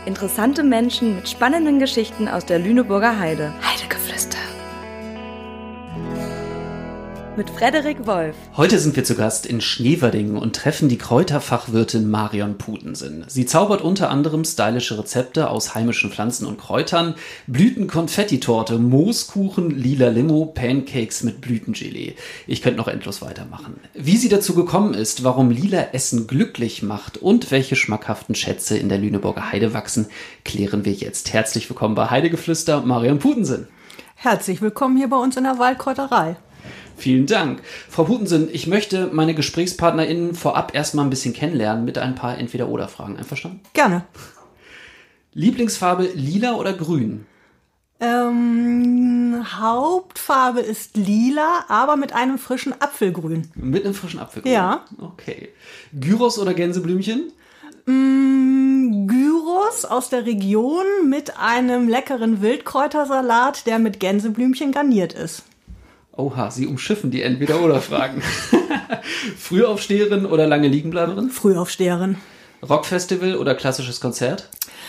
Interessante Menschen mit spannenden Geschichten aus der Lüneburger Heide. Heidegeflüster. Mit Frederik Wolf. Heute sind wir zu Gast in Schneverdingen und treffen die Kräuterfachwirtin Marion Putensen. Sie zaubert unter anderem stylische Rezepte aus heimischen Pflanzen und Kräutern, Blüten-Konfettitorte, Mooskuchen, lila Limo, Pancakes mit Blütengelee. Ich könnte noch endlos weitermachen. Wie sie dazu gekommen ist, warum lila Essen glücklich macht und welche schmackhaften Schätze in der Lüneburger Heide wachsen, klären wir jetzt. Herzlich willkommen bei Heidegeflüster, Marion Putensen. Herzlich willkommen hier bei uns in der Waldkräuterei. Vielen Dank. Frau Putensen, ich möchte meine GesprächspartnerInnen vorab erstmal ein bisschen kennenlernen mit ein paar Entweder-Oder-Fragen. Einverstanden? Gerne. Lieblingsfarbe lila oder grün? Hauptfarbe ist lila, aber mit einem frischen Apfelgrün. Mit einem frischen Apfelgrün? Ja. Okay. Gyros oder Gänseblümchen? Gyros aus der Region mit einem leckeren Wildkräutersalat, der mit Gänseblümchen garniert ist. Oha, Sie umschiffen die Entweder-Oder-Fragen. Frühaufsteherin oder lange Liegenbleiberin? Frühaufsteherin. Rockfestival oder klassisches Konzert?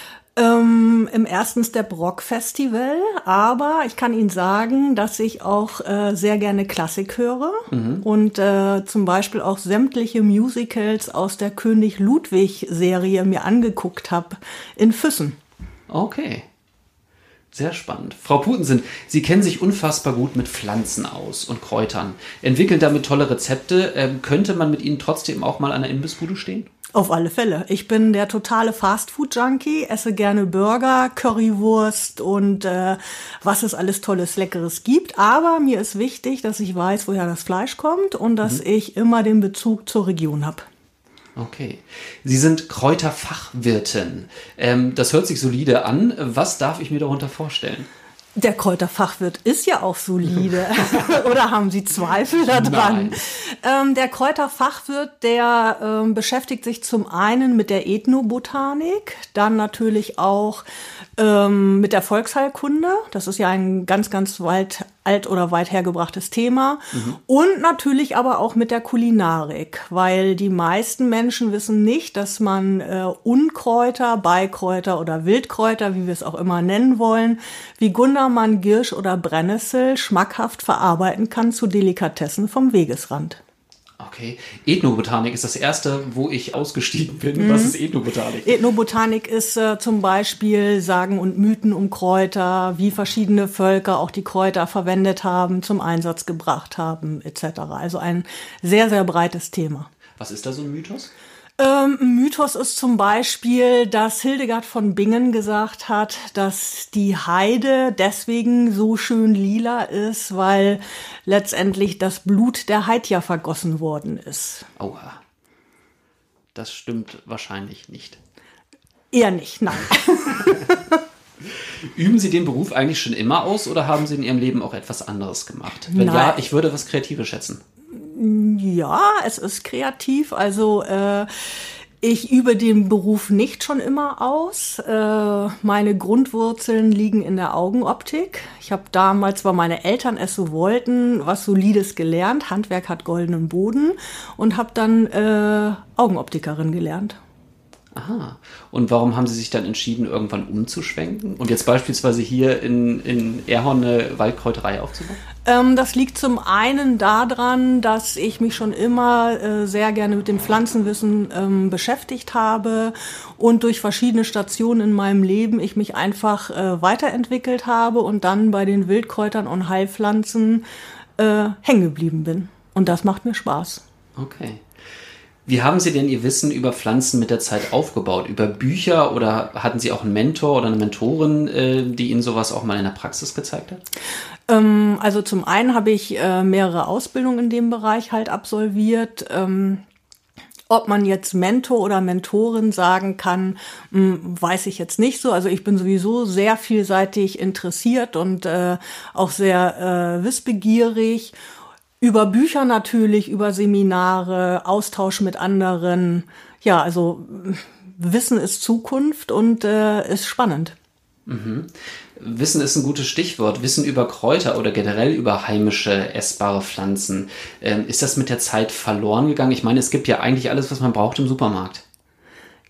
Im ersten Step Rockfestival, aber ich kann Ihnen sagen, dass ich auch sehr gerne Klassik höre und zum Beispiel auch sämtliche Musicals aus der König Ludwig-Serie mir angeguckt habe in Füssen. Okay. Sehr spannend. Frau Putensen, Sie kennen sich unfassbar gut mit Pflanzen aus und Kräutern, entwickeln damit tolle Rezepte. Könnte man mit Ihnen trotzdem auch mal an einer Imbissbude stehen? Auf alle Fälle. Ich bin der totale Fastfood-Junkie, esse gerne Burger, Currywurst und was es alles Tolles, Leckeres gibt. Aber mir ist wichtig, dass ich weiß, woher das Fleisch kommt und dass ich immer den Bezug zur Region habe. Okay. Sie sind Kräuterfachwirtin. Das hört sich solide an. Was darf ich mir darunter vorstellen? Der Kräuterfachwirt ist ja auch solide. Oder haben Sie Zweifel daran? Der Kräuterfachwirt, der beschäftigt sich zum einen mit der Ethnobotanik, dann natürlich auch mit der Volksheilkunde. Das ist ja ein ganz, ganz alt oder weit hergebrachtes Thema. Und natürlich aber auch mit der Kulinarik, weil die meisten Menschen wissen nicht, dass man Unkräuter, Beikräuter oder Wildkräuter, wie wir es auch immer nennen wollen, wie Gundermann, Girsch oder Brennnessel schmackhaft verarbeiten kann zu Delikatessen vom Wegesrand. Okay. Ethnobotanik ist das erste, wo ich ausgestiegen bin. Was ist Ethnobotanik? Ethnobotanik ist zum Beispiel Sagen und Mythen um Kräuter, wie verschiedene Völker auch die Kräuter verwendet haben, zum Einsatz gebracht haben, etc. Also ein sehr, sehr breites Thema. Was ist da so ein Mythos? Ein Mythos ist zum Beispiel, dass Hildegard von Bingen gesagt hat, dass die Heide deswegen so schön lila ist, weil letztendlich das Blut der Heidja vergossen worden ist. Oha. Das stimmt wahrscheinlich nicht. Eher nicht, nein. Üben Sie den Beruf eigentlich schon immer aus oder haben Sie in Ihrem Leben auch etwas anderes gemacht? Wenn Nein. ja, ich würde was Kreatives schätzen. Ja, es ist kreativ. Also ich übe den Beruf nicht schon immer aus. Meine Grundwurzeln liegen in der Augenoptik. Ich habe damals, weil meine Eltern es so wollten, was Solides gelernt. Handwerk hat goldenen Boden und habe dann Augenoptikerin gelernt. Aha. Und warum haben Sie sich dann entschieden, irgendwann umzuschwenken und jetzt beispielsweise hier in Erhorn eine Waldkräuterei aufzubauen? Das liegt zum einen daran, dass ich mich schon immer sehr gerne mit dem Pflanzenwissen beschäftigt habe und durch verschiedene Stationen in meinem Leben ich mich einfach weiterentwickelt habe und dann bei den Wildkräutern und Heilpflanzen hängen geblieben bin. Und das macht mir Spaß. Okay. Wie haben Sie denn Ihr Wissen über Pflanzen mit der Zeit aufgebaut? Über Bücher oder hatten Sie auch einen Mentor oder eine Mentorin, die Ihnen sowas auch mal in der Praxis gezeigt hat? Also zum einen habe ich mehrere Ausbildungen in dem Bereich halt absolviert. Ob man jetzt Mentor oder Mentorin sagen kann, weiß ich jetzt nicht so. Also ich bin sowieso sehr vielseitig interessiert und auch sehr wissbegierig. Über Bücher natürlich, über Seminare, Austausch mit anderen. Ja, also Wissen ist Zukunft und ist spannend. Wissen ist ein gutes Stichwort. Wissen über Kräuter oder generell über heimische, essbare Pflanzen. Ist das mit der Zeit verloren gegangen? Ich meine, es gibt ja eigentlich alles, was man braucht im Supermarkt.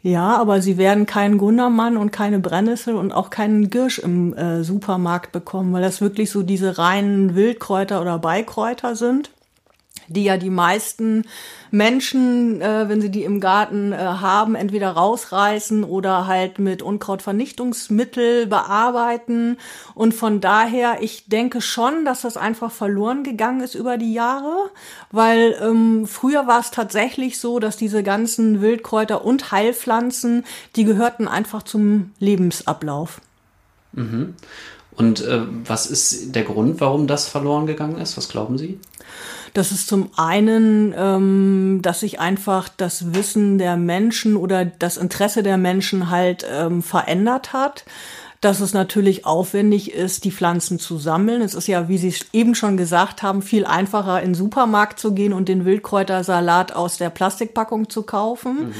Ja, aber sie werden keinen Gundermann und keine Brennnessel und auch keinen Girsch im Supermarkt bekommen, weil das wirklich so diese reinen Wildkräuter oder Beikräuter sind, die ja die meisten Menschen, wenn sie die im Garten haben, entweder rausreißen oder halt mit Unkrautvernichtungsmittel bearbeiten. Und von daher, ich denke schon, dass das einfach verloren gegangen ist über die Jahre, weil früher war es tatsächlich so, dass diese ganzen Wildkräuter und Heilpflanzen, die gehörten einfach zum Lebensablauf. Mhm. Und was ist der Grund, warum das verloren gegangen ist? Was glauben Sie? Das ist zum einen, dass sich einfach das Wissen der Menschen oder das Interesse der Menschen halt verändert hat. Dass es natürlich aufwendig ist, die Pflanzen zu sammeln. Es ist ja, wie Sie eben schon gesagt haben, viel einfacher in den Supermarkt zu gehen und den Wildkräutersalat aus der Plastikpackung zu kaufen.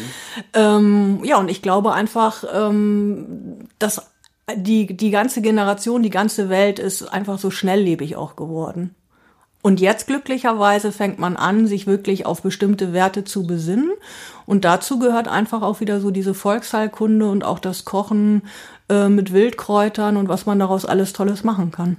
Ja, und ich glaube einfach, dass die ganze Generation, die ganze Welt ist einfach so schnelllebig auch geworden. Und jetzt glücklicherweise fängt man an, sich wirklich auf bestimmte Werte zu besinnen. Und dazu gehört einfach auch wieder so diese Volksheilkunde und auch das Kochen mit Wildkräutern und was man daraus alles Tolles machen kann.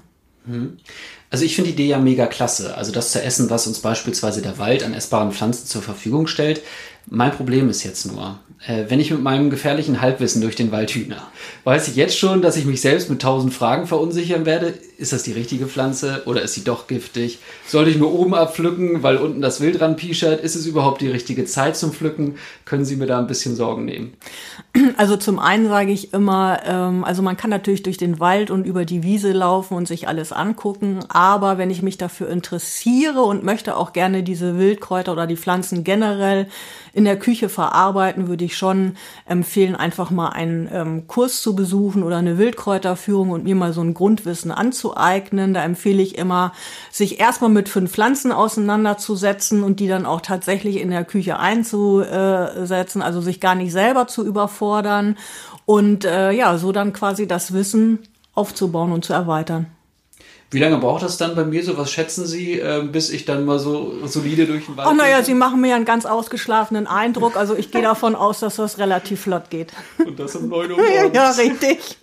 Also ich finde die Idee ja mega klasse. Also das zu essen, was uns beispielsweise der Wald an essbaren Pflanzen zur Verfügung stellt. Mein Problem ist jetzt nur, wenn ich mit meinem gefährlichen Halbwissen durch den Wald hühne, weiß ich jetzt schon, dass ich mich selbst mit 1000 Fragen verunsichern werde. Ist das die richtige Pflanze oder ist sie doch giftig? Sollte ich nur oben abpflücken, weil unten das Wild dran pischert? Ist es überhaupt die richtige Zeit zum Pflücken? Können Sie mir da ein bisschen Sorgen nehmen? Also zum einen sage ich immer, also man kann natürlich durch den Wald und über die Wiese laufen und sich alles angucken, aber wenn ich mich dafür interessiere und möchte auch gerne diese Wildkräuter oder die Pflanzen generell in der Küche verarbeiten, würde ich schon empfehlen, einfach mal einen Kurs zu besuchen oder eine Wildkräuterführung und mir mal so ein Grundwissen anzueignen. Da empfehle ich immer, sich erstmal mit 5 Pflanzen auseinanderzusetzen und die dann auch tatsächlich in der Küche einzusetzen, also sich gar nicht selber zu überfordern und ja, so dann quasi das Wissen aufzubauen und zu erweitern. Wie lange braucht das dann bei mir so? Was schätzen Sie, bis ich dann mal so solide durch den Wald Ach naja, Sie machen mir ja einen ganz ausgeschlafenen Eindruck. Also ich gehe davon aus, dass das relativ flott geht. Und das um 9 Uhr morgens. Ja, richtig.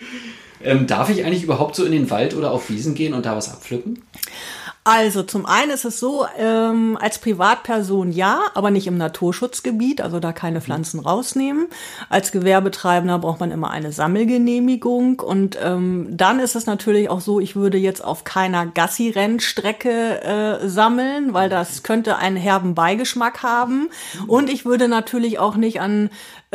Darf ich eigentlich überhaupt so in den Wald oder auf Wiesen gehen und da was abpflücken? Also zum einen ist es so, als Privatperson ja, aber nicht im Naturschutzgebiet, also da keine Pflanzen rausnehmen. Als Gewerbetreibender braucht man immer eine Sammelgenehmigung und dann ist es natürlich auch so, ich würde jetzt auf keiner Gassi-Rennstrecke sammeln, weil das könnte einen herben Beigeschmack haben und ich würde natürlich auch nicht an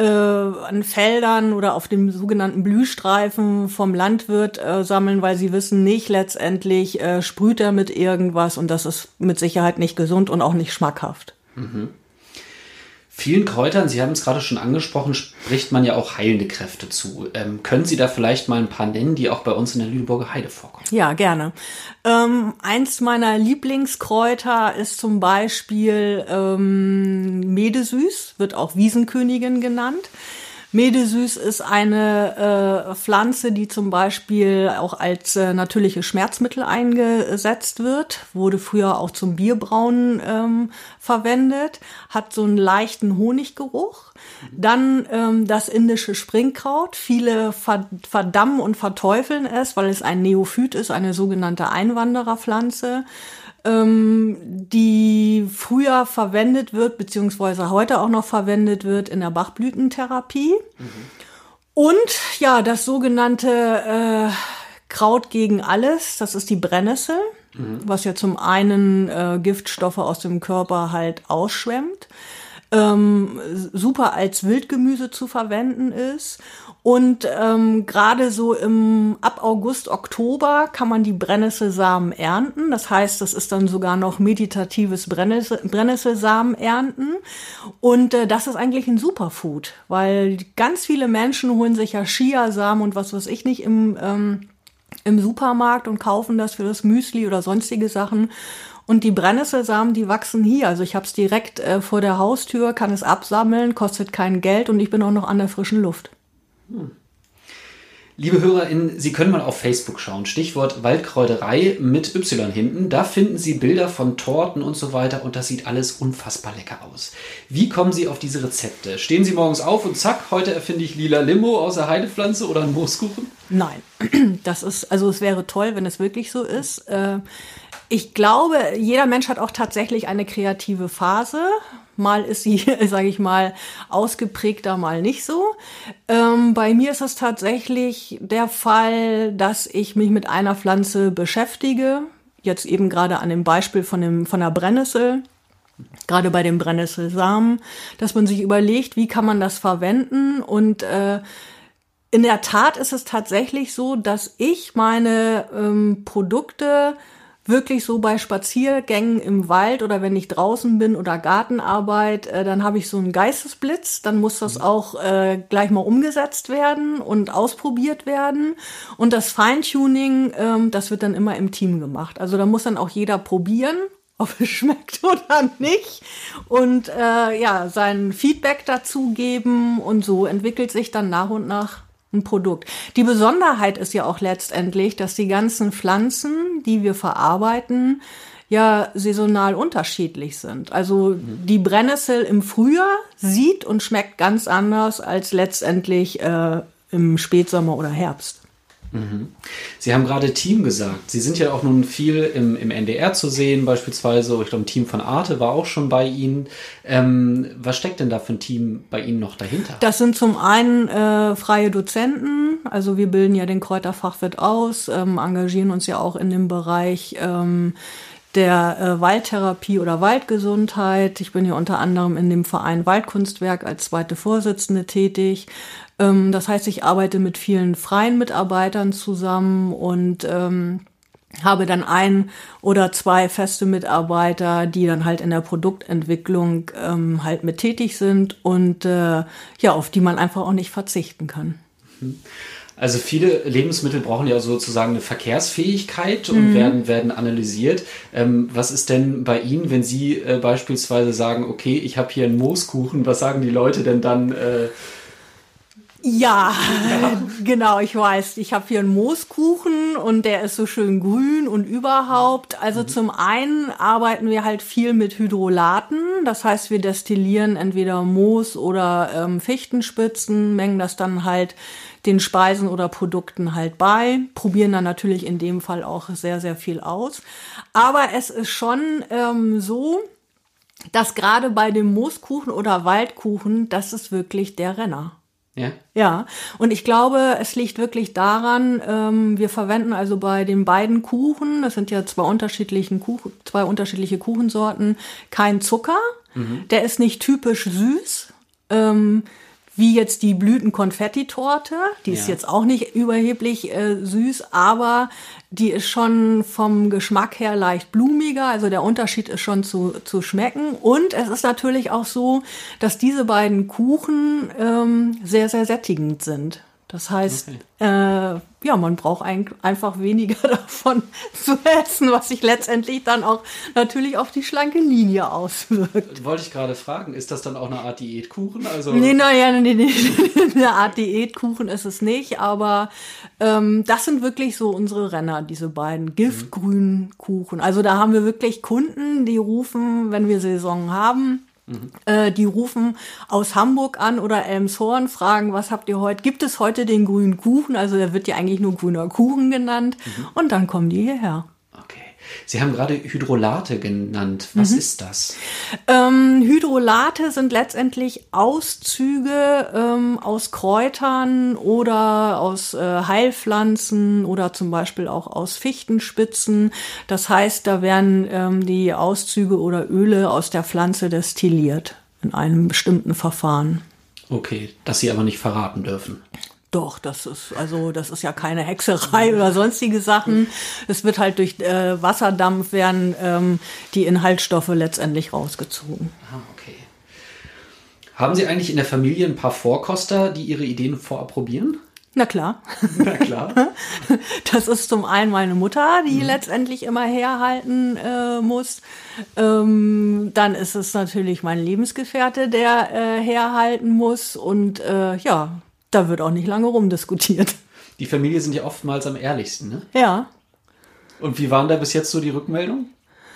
Feldern oder auf dem sogenannten Blühstreifen vom Landwirt sammeln, weil sie wissen nicht, letztendlich sprüht er mit irgendwas und das ist mit Sicherheit nicht gesund und auch nicht schmackhaft. Mhm. Vielen Kräutern, Sie haben es gerade schon angesprochen, spricht man ja auch heilende Kräfte zu. Können Sie da vielleicht mal ein paar nennen, die auch bei uns in der Lüneburger Heide vorkommen? Ja, gerne. Eins meiner Lieblingskräuter ist zum Beispiel Medesüß, wird auch Wiesenkönigin genannt. Medesüß ist eine Pflanze, die zum Beispiel auch als natürliches Schmerzmittel eingesetzt wird, wurde früher auch zum Bierbrauen verwendet, hat so einen leichten Honiggeruch. Dann das indische Springkraut. Viele verdammen und verteufeln es, weil es ein Neophyt ist, eine sogenannte Einwandererpflanze, die früher verwendet wird, beziehungsweise heute auch noch verwendet wird in der Bachblütentherapie. Mhm. Und ja, das sogenannte Kraut gegen alles, das ist die Brennnessel, was ja zum einen Giftstoffe aus dem Körper halt ausschwemmt, super als Wildgemüse zu verwenden ist. Und gerade so ab August, Oktober kann man die Brennnesselsamen ernten. Das heißt, das ist dann sogar noch meditatives Brennnesselsamen ernten. Und das ist eigentlich ein Superfood, weil ganz viele Menschen holen sich ja Chiasamen und was weiß ich nicht im Supermarkt und kaufen das für das Müsli oder sonstige Sachen. Und die Brennnesselsamen, die wachsen hier. Also ich habe es direkt vor der Haustür, kann es absammeln, kostet kein Geld und ich bin auch noch an der frischen Luft. Liebe HörerInnen, Sie können mal auf Facebook schauen. Stichwort Waldkräuterei mit Y hinten. Da finden Sie Bilder von Torten und so weiter und das sieht alles unfassbar lecker aus. Wie kommen Sie auf diese Rezepte? Stehen Sie morgens auf und zack, heute erfinde ich lila Limo aus der Heidepflanze oder einen Mooskuchen? Nein, es wäre toll, wenn es wirklich so ist. Ich glaube, jeder Mensch hat auch tatsächlich eine kreative Phase. Mal ist sie, sage ich mal, ausgeprägter, mal nicht so. Bei mir ist es tatsächlich der Fall, dass ich mich mit einer Pflanze beschäftige. Jetzt eben gerade an dem Beispiel von der Brennnessel. Gerade bei dem Brennnesselsamen, dass man sich überlegt, wie kann man das verwenden. Und in der Tat ist es tatsächlich so, dass ich meine Produkte wirklich so bei Spaziergängen im Wald oder wenn ich draußen bin oder Gartenarbeit, dann habe ich so einen Geistesblitz, dann muss das auch gleich mal umgesetzt werden und ausprobiert werden. Und das Feintuning, das wird dann immer im Team gemacht. Also da muss dann auch jeder probieren, ob es schmeckt oder nicht und sein Feedback dazu geben und so entwickelt sich dann nach und nach ein Produkt. Die Besonderheit ist ja auch letztendlich, dass die ganzen Pflanzen, die wir verarbeiten, ja saisonal unterschiedlich sind. Also die Brennnessel im Frühjahr sieht und schmeckt ganz anders als letztendlich im Spätsommer oder Herbst. Sie haben gerade Team gesagt. Sie sind ja auch nun viel im NDR zu sehen, beispielsweise. Ich glaube, ein Team von Arte war auch schon bei Ihnen. Was steckt denn da für ein Team bei Ihnen noch dahinter? Das sind zum einen freie Dozenten. Also wir bilden ja den Kräuterfachwirt aus, engagieren uns ja auch in dem Bereich der Waldtherapie oder Waldgesundheit. Ich bin ja unter anderem in dem Verein Waldkunstwerk als zweite Vorsitzende tätig. Das heißt, ich arbeite mit vielen freien Mitarbeitern zusammen und habe dann 1 oder 2 feste Mitarbeiter, die dann halt in der Produktentwicklung halt mit tätig sind und auf die man einfach auch nicht verzichten kann. Also viele Lebensmittel brauchen ja sozusagen eine Verkehrsfähigkeit und werden analysiert. Was ist denn bei Ihnen, wenn Sie beispielsweise sagen, okay, ich habe hier einen Mooskuchen, was sagen die Leute denn dann? Ja, genau, ich weiß. Ich habe hier einen Mooskuchen und der ist so schön grün und überhaupt. Also zum einen arbeiten wir halt viel mit Hydrolaten. Das heißt, wir destillieren entweder Moos oder Fichtenspitzen, mengen das dann halt den Speisen oder Produkten halt bei, probieren dann natürlich in dem Fall auch sehr, sehr viel aus. Aber es ist schon so, dass gerade bei dem Mooskuchen oder Waldkuchen, das ist wirklich der Renner. Ja. Ja, und ich glaube, es liegt wirklich daran, wir verwenden also bei den beiden Kuchen, das sind ja zwei unterschiedliche Kuchensorten, kein Zucker. Der ist nicht typisch süß, wie jetzt die Blütenkonfettitorte. Die ist jetzt auch nicht überheblich süß, aber die ist schon vom Geschmack her leicht blumiger. Also der Unterschied ist schon zu schmecken. Und es ist natürlich auch so, dass diese beiden Kuchen sehr, sehr sättigend sind. Das heißt, man braucht einfach weniger davon zu essen, was sich letztendlich dann auch natürlich auf die schlanke Linie auswirkt. Wollte ich gerade fragen, ist das dann auch eine Art Diätkuchen? Also Nee, eine Art Diätkuchen ist es nicht, aber das sind wirklich so unsere Renner, diese beiden giftgrünen Kuchen. Also da haben wir wirklich Kunden, die rufen, wenn wir Saison haben, die rufen aus Hamburg an oder Elmshorn, fragen, was habt ihr heute? Gibt es heute den grünen Kuchen? Also der wird ja eigentlich nur grüner Kuchen genannt. Und dann kommen die hierher. Okay. Sie haben gerade Hydrolate genannt. Was ist das? Hydrolate sind letztendlich Auszüge aus Kräutern oder aus Heilpflanzen oder zum Beispiel auch aus Fichtenspitzen. Das heißt, da werden die Auszüge oder Öle aus der Pflanze destilliert in einem bestimmten Verfahren. Okay, das Sie aber nicht verraten dürfen. Doch, das ist ja keine Hexerei oder sonstige Sachen. Es wird halt durch Wasserdampf werden die Inhaltsstoffe letztendlich rausgezogen. Ah, okay. Haben Sie eigentlich in der Familie ein paar Vorkoster, die Ihre Ideen vorab probieren? Na klar. Na klar. Das ist zum einen meine Mutter, die letztendlich immer herhalten muss. Dann ist es natürlich mein Lebensgefährte, der herhalten muss. Und da wird auch nicht lange rumdiskutiert. Die Familie sind ja oftmals am ehrlichsten, ne? Ja. Und wie waren da bis jetzt so die Rückmeldungen?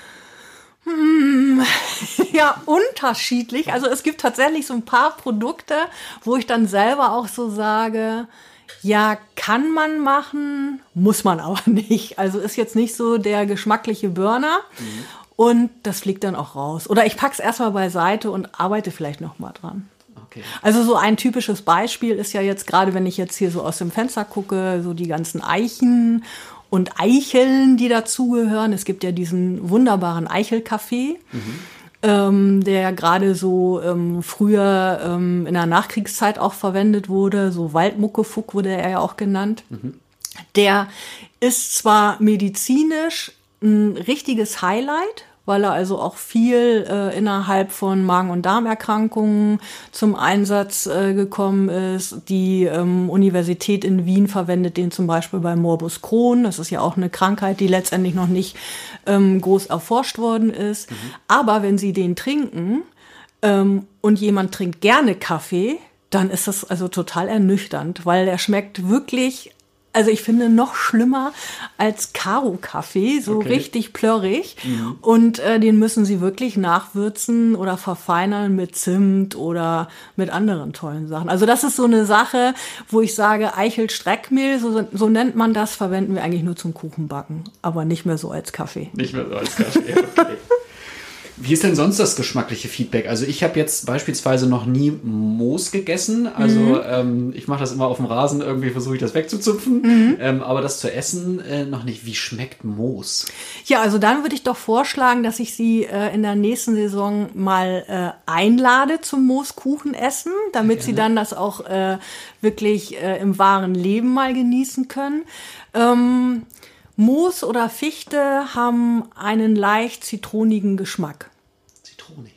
Ja, unterschiedlich. Also es gibt tatsächlich so ein paar Produkte, wo ich dann selber auch so sage, ja, kann man machen, muss man aber nicht. Also ist jetzt nicht so der geschmackliche Burner. Und das fliegt dann auch raus. Oder ich pack's erstmal beiseite und arbeite vielleicht noch mal dran. Okay. Also so ein typisches Beispiel ist ja jetzt gerade, wenn ich jetzt hier so aus dem Fenster gucke, so die ganzen Eichen und Eicheln, die dazugehören. Es gibt ja diesen wunderbaren Eichelkaffee, der gerade so früher in der Nachkriegszeit auch verwendet wurde. So Waldmuckefuck wurde er ja auch genannt. Der ist zwar medizinisch ein richtiges Highlight, weil er also auch viel innerhalb von Magen- und Darmerkrankungen zum Einsatz gekommen ist. Die Universität in Wien verwendet den zum Beispiel bei Morbus Crohn. Das ist ja auch eine Krankheit, die letztendlich noch nicht groß erforscht worden ist. Aber wenn Sie den trinken und jemand trinkt gerne Kaffee, dann ist das also total ernüchternd, weil der schmeckt wirklich, also ich finde, noch schlimmer als Karo-Kaffee, so richtig plörrig. Und den müssen Sie wirklich nachwürzen oder verfeinern mit Zimt oder mit anderen tollen Sachen. Also das ist so eine Sache, wo ich sage, Eichel-Streckmehl, so nennt man das, verwenden wir eigentlich nur zum Kuchenbacken, aber nicht mehr so als Kaffee. Nicht mehr so als Kaffee, okay. Wie ist denn sonst das geschmackliche Feedback? Also ich habe jetzt beispielsweise noch nie Moos gegessen. Also ich mache das immer auf dem Rasen, irgendwie versuche ich das wegzuzupfen. Aber das zu essen noch nicht. Wie schmeckt Moos? Ja, also dann würde ich doch vorschlagen, dass ich Sie in der nächsten Saison mal einlade zum Mooskuchen essen, damit Sie dann das auch wirklich im wahren Leben mal genießen können. Moos oder Fichte haben einen leicht zitronigen Geschmack. Zitronig.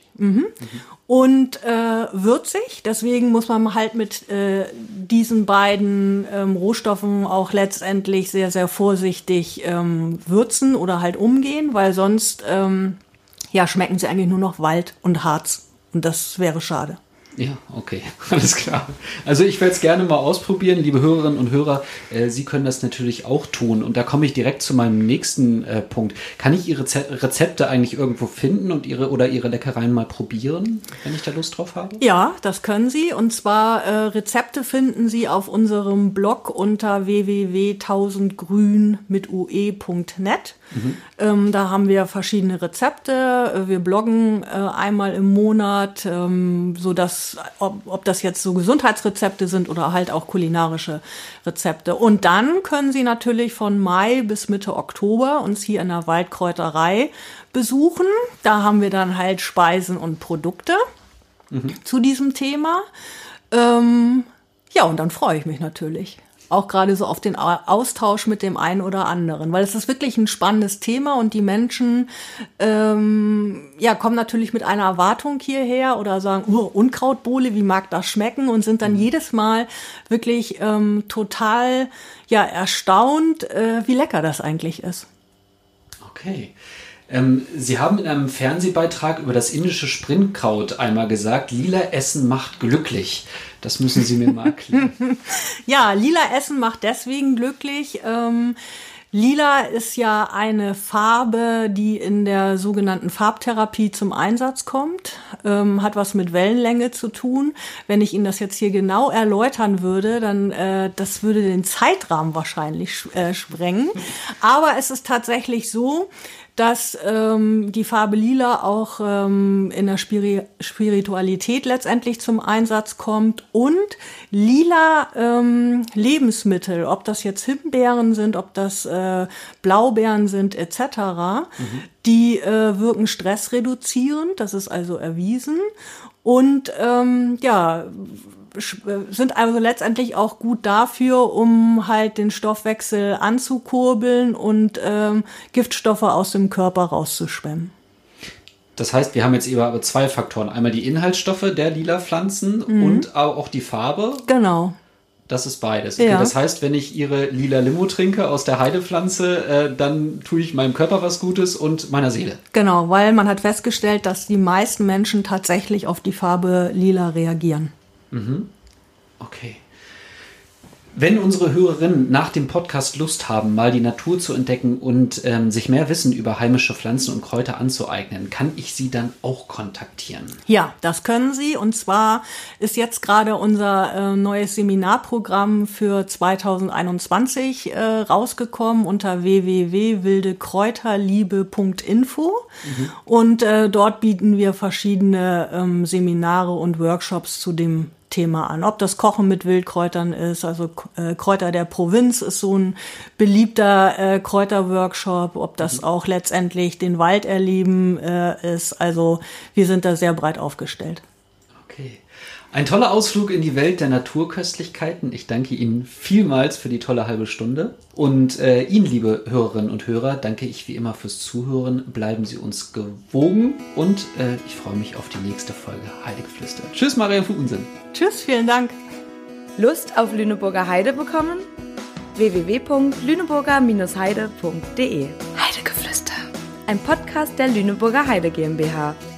Und würzig, deswegen muss man halt mit diesen beiden Rohstoffen auch letztendlich sehr, sehr vorsichtig würzen oder halt umgehen, weil sonst schmecken sie eigentlich nur noch Wald und Harz. Und das wäre schade. Ja, okay, alles klar. Also ich werde es gerne mal ausprobieren, liebe Hörerinnen und Hörer. Sie können das natürlich auch tun. Und da komme ich direkt zu meinem nächsten Punkt. Kann ich Ihre Rezepte eigentlich irgendwo finden und Ihre Leckereien mal probieren, wenn ich da Lust drauf habe? Ja, das können Sie. Und zwar Rezepte finden Sie auf unserem Blog unter www.1000grün mit ue.net. Da haben wir verschiedene Rezepte. Wir bloggen einmal im Monat, sodass, ob das jetzt so Gesundheitsrezepte sind oder halt auch kulinarische Rezepte. Und dann können Sie natürlich von Mai bis Mitte Oktober uns hier in der Waldkräuterei besuchen. Da haben wir dann halt Speisen und Produkte zu diesem Thema. Und dann freue ich mich natürlich. Auch gerade so auf den Austausch mit dem einen oder anderen, weil es ist wirklich ein spannendes Thema und die Menschen kommen natürlich mit einer Erwartung hierher oder sagen, Unkrautbowle, wie mag das schmecken, und sind dann jedes Mal wirklich total erstaunt, wie lecker das eigentlich ist. Okay. Sie haben in einem Fernsehbeitrag über das indische Springkraut einmal gesagt, lila Essen macht glücklich. Das müssen Sie mir mal erklären. Ja, lila Essen macht deswegen glücklich. Lila ist ja eine Farbe, die in der sogenannten Farbtherapie zum Einsatz kommt, hat was mit Wellenlänge zu tun. Wenn ich Ihnen das jetzt hier genau erläutern würde, dann das würde den Zeitrahmen wahrscheinlich sprengen. Aber es ist tatsächlich so, dass die Farbe Lila auch in der Spiritualität letztendlich zum Einsatz kommt und lila Lebensmittel, ob das jetzt Himbeeren sind, ob das Blaubeeren sind etc., die wirken stressreduzierend, das ist also erwiesen und sind also letztendlich auch gut dafür, um halt den Stoffwechsel anzukurbeln und Giftstoffe aus dem Körper rauszuschwemmen. Das heißt, wir haben jetzt eben aber zwei Faktoren. Einmal die Inhaltsstoffe der lila Pflanzen und auch die Farbe. Genau. Das ist beides. Okay, ja. Das heißt, wenn ich Ihre lila Limo trinke aus der Heidepflanze, dann tue ich meinem Körper was Gutes und meiner Seele. Genau, weil man hat festgestellt, dass die meisten Menschen tatsächlich auf die Farbe lila reagieren. Okay. Wenn unsere Hörerinnen nach dem Podcast Lust haben, mal die Natur zu entdecken und sich mehr Wissen über heimische Pflanzen und Kräuter anzueignen, kann ich sie dann auch kontaktieren? Ja, das können Sie. Und zwar ist jetzt gerade unser neues Seminarprogramm für 2021 rausgekommen unter www.wildekräuterliebe.info. Und dort bieten wir verschiedene Seminare und Workshops zu dem Thema an. Ob das Kochen mit Wildkräutern ist, also Kräuter der Provinz ist so ein beliebter Kräuterworkshop, ob das auch letztendlich den Wald erleben ist. Also wir sind da sehr breit aufgestellt. Okay. Ein toller Ausflug in die Welt der Naturköstlichkeiten. Ich danke Ihnen vielmals für die tolle halbe Stunde. Und Ihnen, liebe Hörerinnen und Hörer, danke ich wie immer fürs Zuhören. Bleiben Sie uns gewogen und ich freue mich auf die nächste Folge Heidegeflüster. Tschüss, Marion Fugensen. Tschüss, vielen Dank. Lust auf Lüneburger Heide bekommen? www.lüneburger-heide.de Heidegeflüster. Ein Podcast der Lüneburger Heide GmbH.